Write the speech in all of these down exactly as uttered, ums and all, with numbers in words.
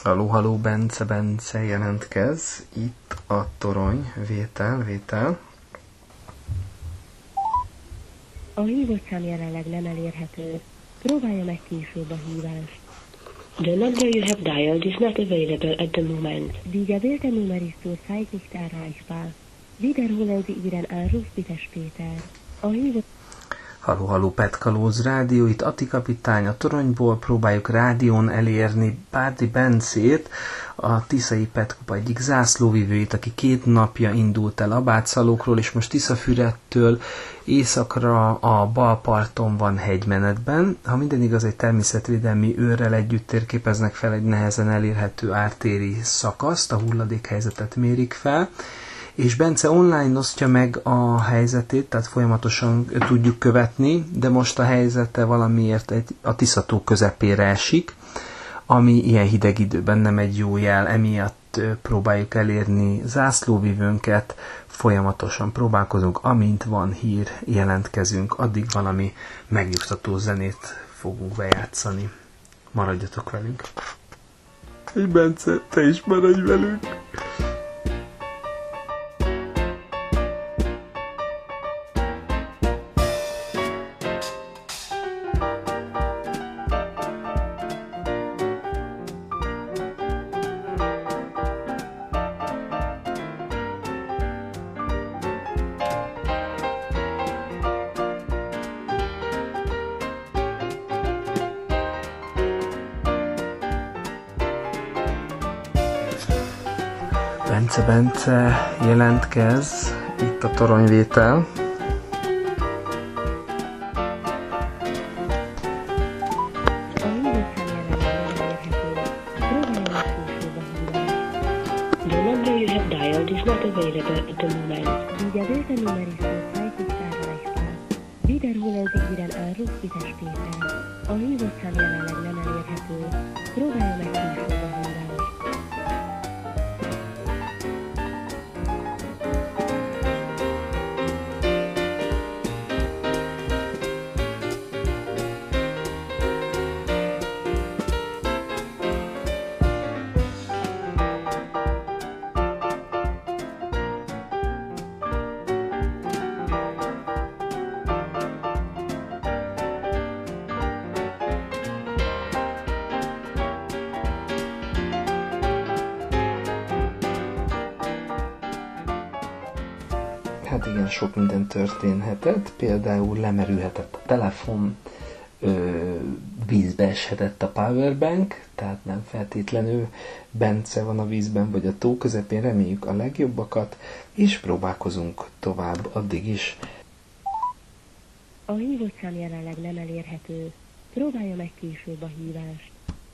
Haló, haló, Bence, Bence, jelentkez. Itt a torony, vétel, vétel. A hívott szám jelenleg nem elérhető. Próbálja meg később a hívást. The number you have dialed is not available at the moment. Die gewählte Nummer ist zurzeit nicht erreichbar. Wiederholen Sie Ihren Anruf bitte später. A hívott... Haló, haló, Petkalóz rádió, itt Ati kapitány a toronyból, próbáljuk rádión elérni Bárdi Bencét, a tiszai Petkupa egyik zászlóvivőjét, aki két napja indult el Abátszalókról, és most Tiszafüredtől északra a bal parton van hegymenetben. Ha minden igaz, egy természetvédelmi őrrel együtt térképeznek fel egy nehezen elérhető ártéri szakaszt, a hulladékhelyzetet mérik fel, és Bence online osztja meg a helyzetét, tehát folyamatosan tudjuk követni, de most a helyzete valamiért egy, a Tiszató közepére esik, ami ilyen hideg időben nem egy jó jel, emiatt próbáljuk elérni zászlóvivőnket, folyamatosan próbálkozunk, amint van hír, jelentkezünk, addig valami megnyugtató zenét fogunk bejátszani. Maradjatok velünk! Hey Bence, te is maradj velünk! Bence, Bence, jelentkez, itt a toronyvétel. Hát igen, sok minden történhetett, például lemerülhetett a telefon, ö, vízbe eshetett a powerbank, tehát nem feltétlenül Bence van a vízben vagy a tó közepén, reméljük a legjobbakat, és próbálkozunk tovább addig is. A hívott szám jelenleg nem elérhető, próbálja meg később a hívást.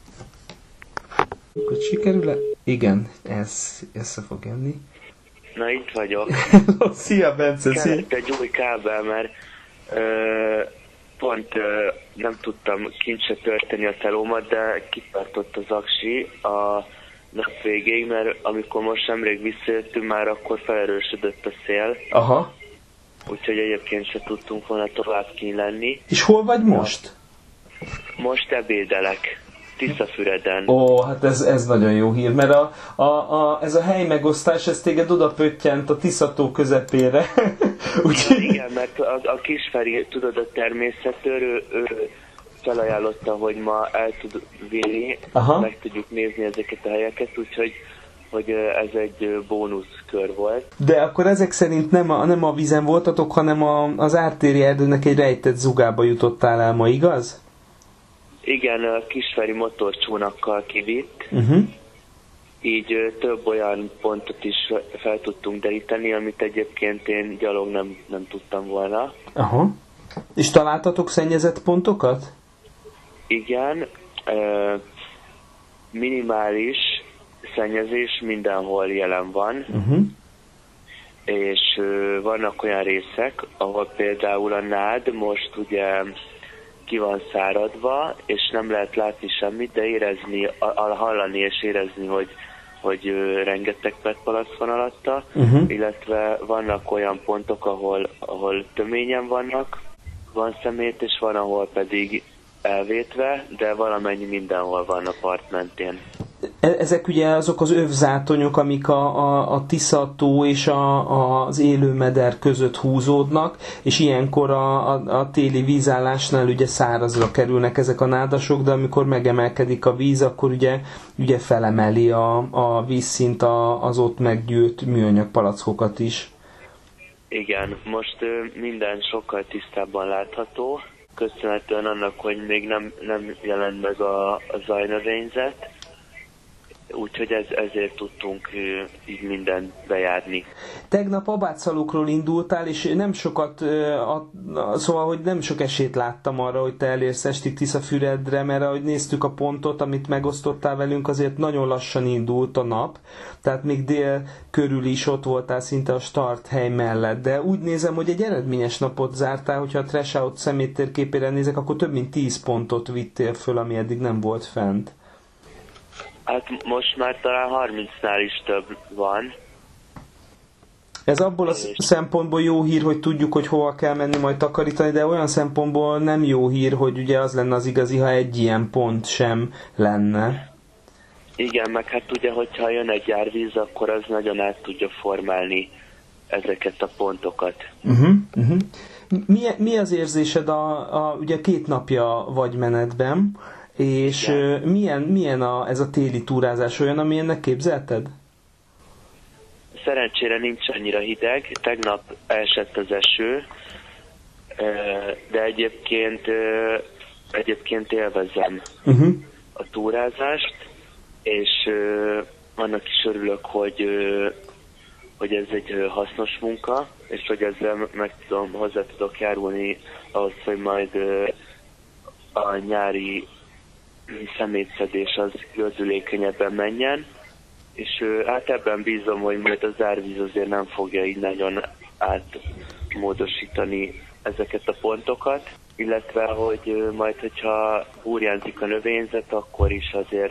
Hogy sikerül-e? Igen, ez össze fog jönni. Na, itt vagyok. Szia, Bence, szia! Kellett egy új kábel, mert ö, pont ö, nem tudtam kincse tölteni a telómat, de kitartott az aksi a nap végéig, mert amikor most nemrég visszajöttünk, már akkor felerősödött a szél. Aha. Úgyhogy egyébként se tudtunk volna tovább kint lenni. És hol vagy most? Most ebédelek. Tiszafüreden. Ó, hát ez, ez nagyon jó hír, mert a, a, a, ez a hely megosztás, ez téged oda pöttyent a Tiszató közepére. Úgyhogy... Ja, igen, mert a, a Kisferi, tudod, a természetőr, ő, ő felajánlotta, hogy ma el tud vinni, Aha. meg tudjuk nézni ezeket a helyeket, úgyhogy hogy ez egy bónuszkör volt. De akkor ezek szerint nem a, nem a vízen voltatok, hanem a, az ártéri erdőnek egy rejtett zugába jutottál el ma, igaz? Igen, a Kisferi motorcsónakkal kivitt, uh-huh. így több olyan pontot is fel tudtunk deríteni, amit egyébként én gyalog nem, nem tudtam volna. Aha. És találtatok szennyezett pontokat? Igen, minimális szennyezés mindenhol jelen van, uh-huh. és vannak olyan részek, ahol például a nád most ugye ki van száradva, és nem lehet látni semmit, de érezni, a, a, hallani és érezni, hogy, hogy ö, rengeteg petpalack van alatta, uh-huh. illetve vannak olyan pontok, ahol, ahol töményen vannak, van szemét, és van, ahol pedig elvétve, de valamennyi mindenhol van a part mentén. Ezek ugye azok az övzátonyok, amik a, a, a Tisza-tó és a, a, az élőmeder között húzódnak, és ilyenkor a, a, a téli vízállásnál ugye szárazra kerülnek ezek a nádasok, de amikor megemelkedik a víz, akkor ugye, ugye felemeli a, a vízszint a, az ott meggyűlt műanyag palackokat is. Igen, most minden sokkal tisztábban látható, köszönhetően annak, hogy még nem, nem jelent meg a, a zajnövényzet, úgyhogy ez, ezért tudtunk így mindent bejárni. Tegnap Abátszalókról indultál, és nem sokat, a, a, szóval, hogy nem sok esélyt láttam arra, hogy te elérsz estig Tiszafüredre, mert ahogy néztük a pontot, amit megosztottál velünk, azért nagyon lassan indult a nap, tehát még dél körül is ott voltál szinte a start hely mellett, de úgy nézem, hogy egy eredményes napot zártál, hogyha a Threshout szeméttérképére nézek, akkor több mint tíz pontot vittél föl, ami eddig nem volt fent. Hát most már talán harmincnál is több van. Ez abból a szempontból jó hír, hogy tudjuk, hogy hova kell menni majd takarítani, de olyan szempontból nem jó hír, hogy ugye az lenne az igazi, ha egy ilyen pont sem lenne. Igen, meg hát ugye, hogyha jön egy árvíz, akkor az nagyon át tudja formálni ezeket a pontokat. Uh-huh, uh-huh. Mi, mi az érzésed, a, a, ugye két napja vagy menetben, és ja. milyen, milyen a, ez a téli túrázás, olyan, amilyennek képzelted? Szerencsére nincs annyira hideg, tegnap esett az eső, de egyébként, egyébként élvezem uh-huh. a túrázást, és annak is örülök, hogy, hogy ez egy hasznos munka, és hogy ezzel meg tudom, hozzá tudok járulni ahhoz, hogy majd a nyári szemétszedés az gördülékenyebben menjen, és hát ebben bízom, hogy majd az árvíz azért nem fogja így nagyon átmódosítani ezeket a pontokat, illetve hogy majd, hogyha burjánzik a növényzet, akkor is azért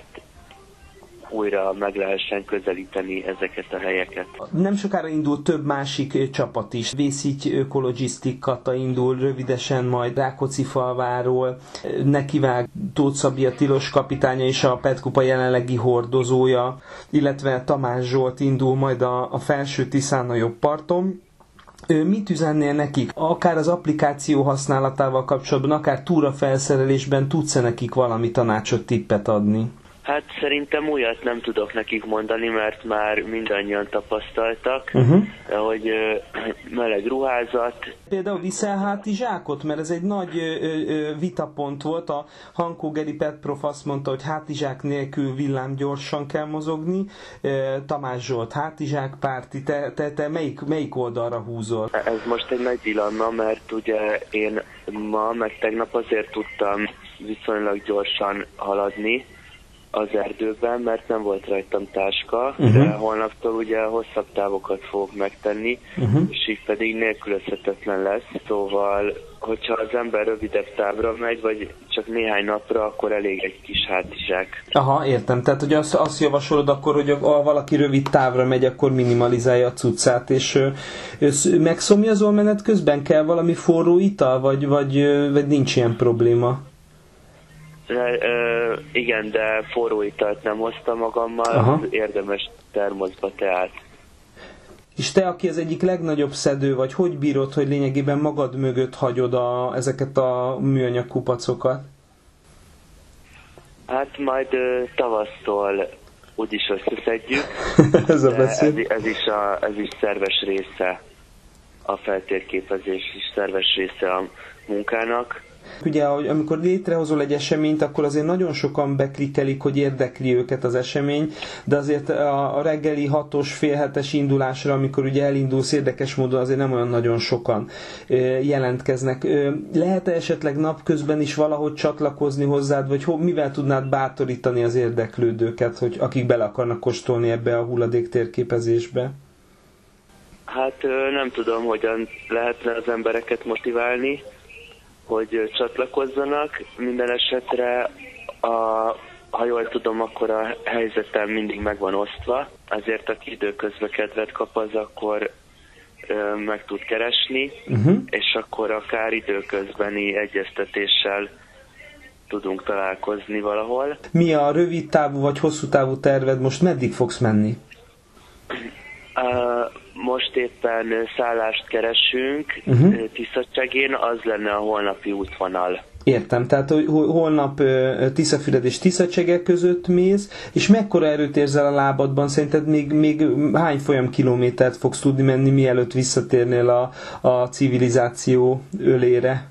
újra meg lehessen közelíteni ezeket a helyeket. Nem sokára indul több másik csapat is. Vészígy Ökologisztik Kata indul rövidesen majd Rákóczifalváról. Nekivág Tóth Szabi, a Tilos kapitánya és a Petkupa jelenlegi hordozója, illetve Tamás Zsolt indul majd a, a Felső Tiszán a jobb parton. Mit üzennél nekik? Akár az applikáció használatával kapcsolatban, akár túrafelszerelésben tudsz-e nekik valami tanácsot, tippet adni? Hát szerintem újat nem tudok nekik mondani, mert már mindannyian tapasztaltak, uh-huh. hogy meleg ruházat. Például viszel hátizsákot, mert ez egy nagy ö, ö, vitapont volt. A Hankó Geri Petprof azt mondta, hogy hátizsák nélkül villámgyorsan kell mozogni. Tamás Zsolt hátizsák párti. Te, te, te melyik, melyik oldalra húzol? Ez most egy nagy dilemma, mert ugye én ma, meg tegnap azért tudtam viszonylag gyorsan haladni az erdőben, mert nem volt rajtam táska, uh-huh. de holnaptól ugye hosszabb távokat fogok megtenni, uh-huh. és így pedig nélkülözhetetlen lesz. Szóval, hogyha az ember rövidebb távra megy, vagy csak néhány napra, akkor elég egy kis hátizsák. Aha, értem. Tehát, hogy azt, azt javasolod akkor, hogy ha valaki rövid távra megy, akkor minimalizálja a cuccát, és megszomjazol menet közben? Kell valami forró ital, vagy, vagy, vagy nincs ilyen probléma? De, ö, igen, de forró italt nem hoztam magammal, aha. érdemes termoszba teát. És te, aki az egyik legnagyobb szedő vagy, hogy bírod, hogy lényegében magad mögött hagyod a, ezeket a műanyag kupacokat? Hát majd ö, tavasztól úgyis összeszedjük, ez, a ez, ez, is a, ez is szerves része, a feltérképezés is szerves része a munkának. Ugye, amikor létrehozol egy eseményt, akkor azért nagyon sokan beklikkelik, hogy érdekli őket az esemény, de azért a reggeli hatos, fél hetes indulásra, amikor ugye elindulsz érdekes módon, azért nem olyan nagyon sokan jelentkeznek. Lehet-e esetleg napközben is valahogy csatlakozni hozzád, vagy mivel tudnád bátorítani az érdeklődőket, hogy akik bele akarnak kóstolni ebbe a hulladék térképezésbe? Hát nem tudom, hogyan lehetne az embereket motiválni, hogy csatlakozzanak. Minden esetre, a, ha jól tudom, akkor a helyzetem mindig meg van osztva, azért aki időközben kedvet kap, az akkor ö, meg tud keresni, uh-huh. és akkor akár időközbeni egyeztetéssel tudunk találkozni valahol. Mi a rövid távú vagy hosszú távú terved? Most meddig fogsz menni? Uh, most éppen szállást keresünk uh-huh. Tiszacsegén, az lenne a holnapi útvonal. Értem, tehát hogy holnap Tiszafüred és Tiszacsege között mész, és mekkora erőt érzel a lábadban? Szerinted még, még hány folyamkilométert fogsz tudni menni, mielőtt visszatérnél a, a civilizáció ölére?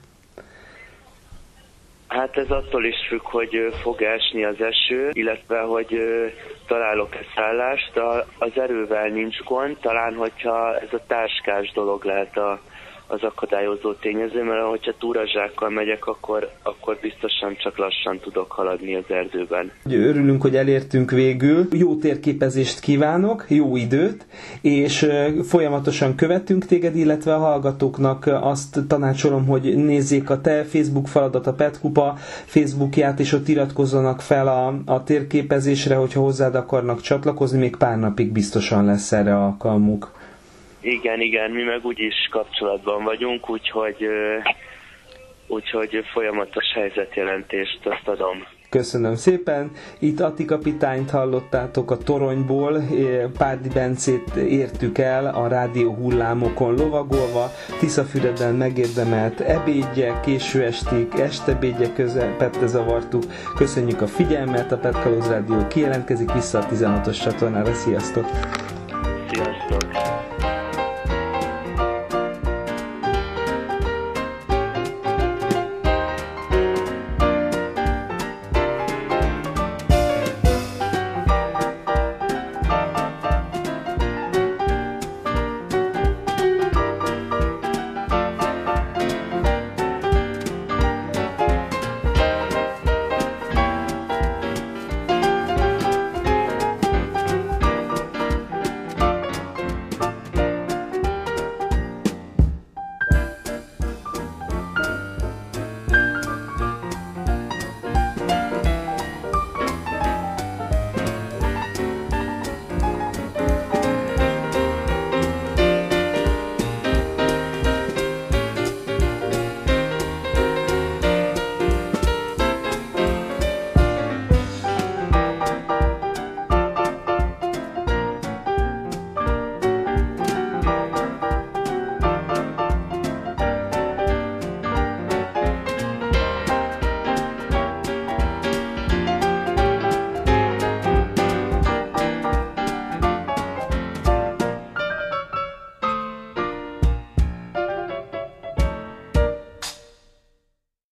Hát ez attól is függ, hogy fog esni az eső, illetve hogy találok-e szállást. Az erővel nincs gond, talán hogyha ez a táskás dolog lehet a az akadályozó tényező, mert hogyha túrazsákkal megyek, akkor, akkor biztosan csak lassan tudok haladni az erdőben. Örülünk, hogy elértünk végül. Jó térképezést kívánok, jó időt, és folyamatosan követünk téged, illetve a hallgatóknak azt tanácsolom, hogy nézzék a te Facebook faladat, a Petkupa Facebookját, és ott iratkozzanak fel a, a térképezésre, hogyha hozzád akarnak csatlakozni, még pár napig biztosan lesz erre alkalmuk. Igen, igen, mi meg úgyis kapcsolatban vagyunk, úgyhogy, úgyhogy folyamatos helyzetjelentést azt adom. Köszönöm szépen. Itt Atti kapitányt hallottátok a Toronyból. Párdi Bencét értük el a rádió hullámokon lovagolva. Tiszafüreden megérdemelt ebédje, késő estig, estebédje közepette zavartuk. Köszönjük a figyelmet, a Petkalóz Rádió kijelentkezik vissza a tizenhatos csatornára. Sziasztok!